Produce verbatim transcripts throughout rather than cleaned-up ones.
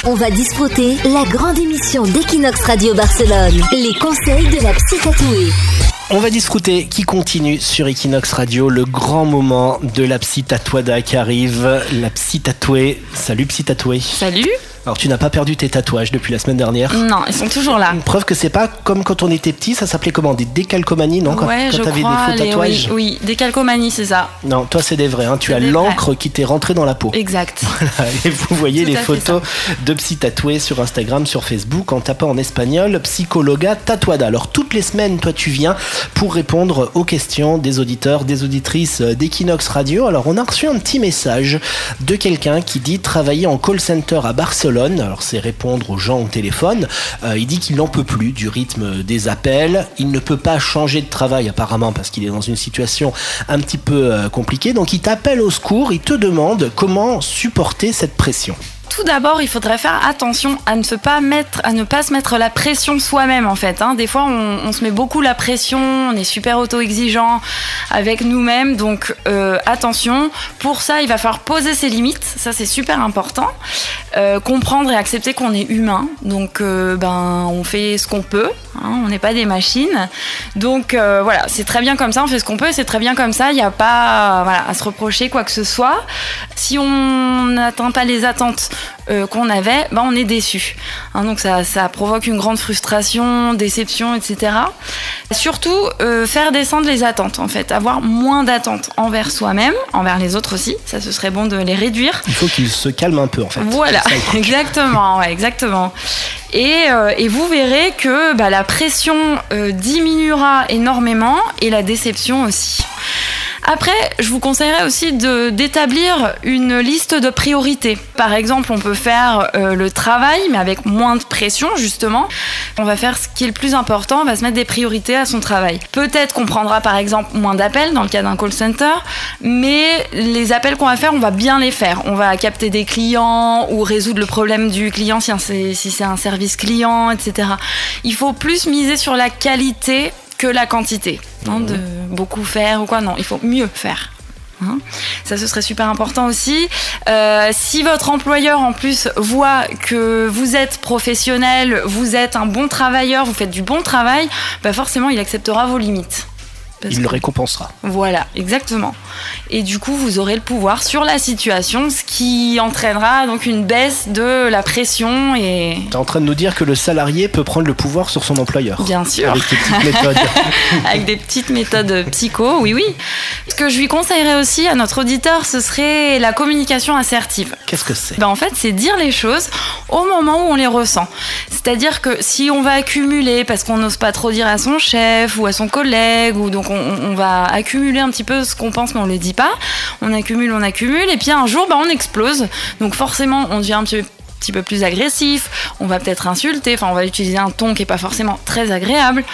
On va disfruter la grande émission d'Equinox Radio Barcelone. Les conseils de la psy tatouée. On va discuter qui continue sur Equinox Radio, le grand moment de la psy tatouada qui arrive, la psy tatouée. Salut psy tatouée. Salut. Alors tu n'as pas perdu tes tatouages depuis la semaine dernière? Non, ils sont toujours là. Une preuve que c'est pas comme quand on était petit, ça s'appelait comment? Des décalcomanies, non? Quand, ouais, quand je t'avais crois, des faux les, tatouages. oui, oui, décalcomanie, c'est ça. Non, toi c'est des vrais, hein. Tu c'est as l'encre vrais. Qui t'est rentrée dans la peau. Exact. Voilà. Et vous voyez Tout les photos de psy tatoués sur Instagram, sur Facebook, en tapant en espagnol Psychologa Tatuada. Alors toutes les semaines, toi tu viens pour répondre aux questions des auditeurs, des auditrices d'Equinox Radio. Alors on a reçu un petit message de quelqu'un qui dit travailler en call center à Barcelone. Alors c'est répondre aux gens au téléphone. Euh, il dit qu'il n'en peut plus du rythme des appels. Il ne peut pas changer de travail apparemment parce qu'il est dans une situation un petit peu euh, compliquée. Donc il t'appelle au secours, il te demande comment supporter cette pression. Tout d'abord, il faudrait faire attention à ne, se pas mettre, à ne pas se mettre la pression soi-même, en fait. Hein. Des fois, on, on se met beaucoup la pression, on est super auto-exigeant avec nous-mêmes. Donc, euh, attention. Pour ça, il va falloir poser ses limites. Ça, c'est super important. Euh, comprendre et accepter qu'on est humain. Donc, euh, ben, on fait ce qu'on peut. Hein. On n'est pas des machines. Donc, euh, voilà, c'est très bien comme ça. On fait ce qu'on peut. C'est très bien comme ça. Il n'y a pas voilà, à se reprocher quoi que ce soit. Si on n'atteint pas les attentes Euh, qu'on avait, ben on est déçu. Hein, donc ça, ça provoque une grande frustration, déception, et cetera. Surtout, euh, faire descendre les attentes, en fait. Avoir moins d'attentes envers soi-même, envers les autres aussi. Ça, ce serait bon de les réduire. Il faut qu'ils se calment un peu, en fait. Voilà, exactement, ouais, exactement. Et, euh, et vous verrez que bah, la pression euh, diminuera énormément et la déception aussi. Après, je vous conseillerais aussi de, d'établir une liste de priorités. Par exemple, on peut faire euh, le travail, mais avec moins de pression, justement. On va faire ce qui est le plus important, on va se mettre des priorités à son travail. Peut-être qu'on prendra, par exemple, moins d'appels dans le cas d'un call center, mais les appels qu'on va faire, on va bien les faire. On va capter des clients ou résoudre le problème du client si c'est, si c'est un service client, et cetera. Il faut plus miser sur la qualité que la quantité, hein, de beaucoup faire ou quoi, non, il faut mieux faire. Hein. Ça, ce serait super important aussi. Euh, si votre employeur, en plus, voit que vous êtes professionnel, vous êtes un bon travailleur, vous faites du bon travail, bah forcément, il acceptera vos limites. Il le récompensera. Voilà, exactement. Et du coup, vous aurez le pouvoir sur la situation, ce qui entraînera donc une baisse de la pression. Et... T'es en train de nous dire que le salarié peut prendre le pouvoir sur son employeur. Bien sûr. Avec des petites méthodes. Avec des petites méthodes psycho, oui, oui. Ce que je lui conseillerais aussi à notre auditeur, ce serait la communication assertive. Qu'est-ce que c'est ? Ben, en fait, c'est dire les choses au moment où on les ressent. C'est-à-dire que si on va accumuler, parce qu'on n'ose pas trop dire à son chef ou à son collègue, ou donc on, on va accumuler un petit peu ce qu'on pense mais on ne le dit pas, on accumule, on accumule, et puis un jour ben, on explose. Donc forcément on devient un petit peu petit peu plus agressif, on va peut-être insulter, enfin on va utiliser un ton qui n'est pas forcément très agréable.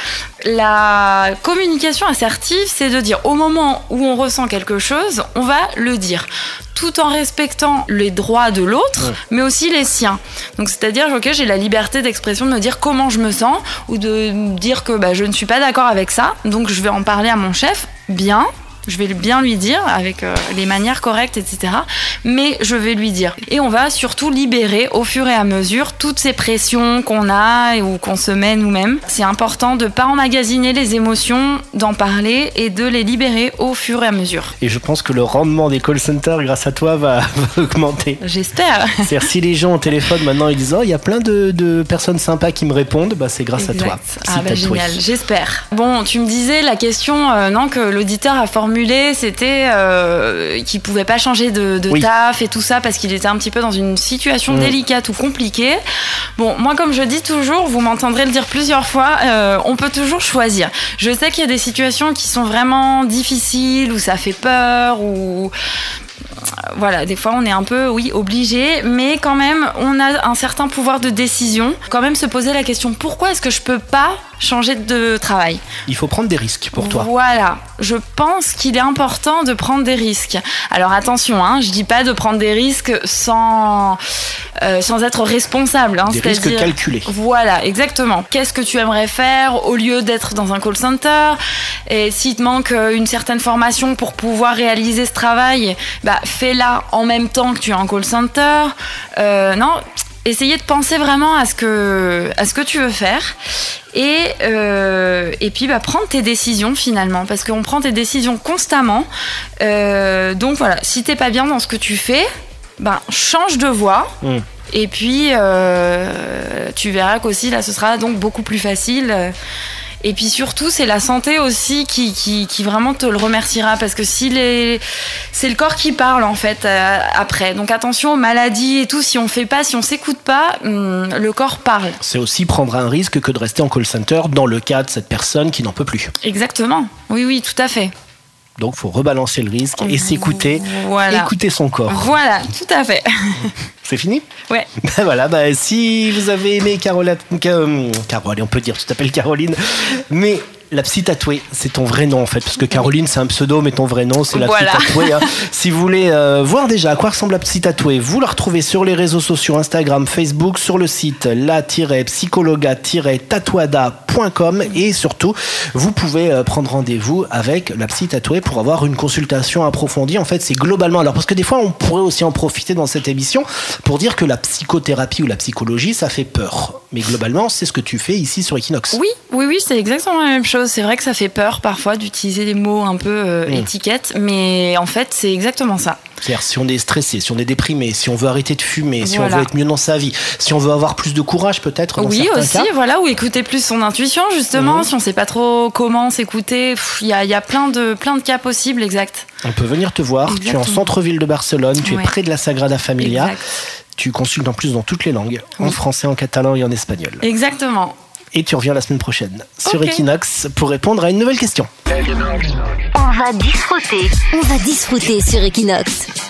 La communication assertive, c'est de dire au moment où on ressent quelque chose, on va le dire, tout en respectant les droits de l'autre, ouais. mais aussi les siens. Donc c'est-à-dire, ok, j'ai la liberté d'expression de me dire comment je me sens, ou de dire que bah, je ne suis pas d'accord avec ça, donc je vais en parler à mon chef, bien, je vais bien lui dire avec euh, les manières correctes, et cetera. Mais je vais lui dire. Et on va surtout libérer au fur et à mesure toutes ces pressions qu'on a ou qu'on se met nous-mêmes. C'est important de ne pas emmagasiner les émotions, d'en parler et de les libérer au fur et à mesure. Et je pense que le rendement des call centers, grâce à toi, va, va augmenter. J'espère. C'est-à-dire, si les gens au téléphone, maintenant, ils disent « Oh, il y a plein de, de personnes sympas qui me répondent », bah, c'est grâce exact. À toi. Ah bah génial, j'espère. Bon, tu me disais la question euh, non, que l'auditeur a formulée, c'était euh, qu'il pouvait pas changer de, de oui. taf et tout ça parce qu'il était un petit peu dans une situation mmh. délicate ou compliquée. Bon, moi comme je dis toujours, vous m'entendrez le dire plusieurs fois, euh, on peut toujours choisir. Je sais qu'il y a des situations qui sont vraiment difficiles, où ça fait peur, ou... Voilà, des fois on est un peu, oui, obligé, mais quand même on a un certain pouvoir de décision. Quand même se poser la question, pourquoi est-ce que je peux pas changer de travail ? Il faut prendre des risques pour toi. Voilà, je pense qu'il est important de prendre des risques. Alors attention, hein, je dis pas de prendre des risques sans, euh, sans être responsable. Hein, des risques calculés. Voilà, exactement. Qu'est-ce que tu aimerais faire au lieu d'être dans un call center ? Et s'il te manque une certaine formation pour pouvoir réaliser ce travail, bah fais-la en même temps que tu es en call center. Euh, non, essayer de penser vraiment à ce que, à ce que tu veux faire et, euh, et puis bah, prendre tes décisions finalement, parce qu'on prend tes décisions constamment. Euh, donc voilà, si t'es pas bien dans ce que tu fais, bah, change de voie. Mmh. Et puis euh, tu verras qu'aussi là ce sera donc beaucoup plus facile. Et puis surtout, c'est la santé aussi qui, qui, qui vraiment te le remerciera, parce que si les... c'est le corps qui parle en fait euh, après. Donc attention aux maladies et tout, si on fait pas, si on s'écoute pas, hum, le corps parle. C'est aussi prendre un risque que de rester en call center dans le cas de cette personne qui n'en peut plus. Exactement, oui, oui, tout à fait. Donc il faut rebalancer le risque et s'écouter, voilà. Écouter son corps. Voilà, tout à fait. C'est fini ? Ouais. Ben voilà, ben si vous avez aimé Caroline, euh, Caroline, on peut dire, tu t'appelles Caroline, mais la psy tatouée, c'est ton vrai nom en fait, parce que Caroline c'est un pseudo, mais ton vrai nom c'est la voilà. psy tatouée. Hein. Si vous voulez euh, voir déjà à quoi ressemble la psy tatouée, vous la retrouvez sur les réseaux sociaux, Instagram, Facebook, sur le site la tiret psychologa tiret tatouada point com et surtout vous pouvez euh, prendre rendez-vous avec la psy tatouée pour avoir une consultation approfondie. En fait, c'est globalement, alors parce que des fois on pourrait aussi en profiter dans cette émission pour dire que la psychothérapie ou la psychologie ça fait peur, mais globalement c'est ce que tu fais ici sur Equinox. Oui, oui, oui, c'est exactement la même chose. C'est vrai que ça fait peur parfois d'utiliser des mots un peu euh, mmh. étiquettes, mais en fait c'est exactement ça. C'est-à-dire si on est stressé, si on est déprimé, si on veut arrêter de fumer, si voilà. on veut être mieux dans sa vie, si on veut avoir plus de courage peut-être dans oui, certains aussi, cas. voilà, ou écouter plus son intuition justement, mmh. si on sait pas trop comment s'écouter, il y a, y a plein de, plein de cas possibles, exact. On peut venir te voir, exactement. Tu es en centre-ville de Barcelone, tu ouais. es près de la Sagrada Familia, exact. Tu consultes en plus dans toutes les langues, oui. en français, en catalan et en espagnol. Exactement. Et tu reviens la semaine prochaine sur okay. Equinox pour répondre à une nouvelle question. On va disfruter. On va disfruter sur Equinox.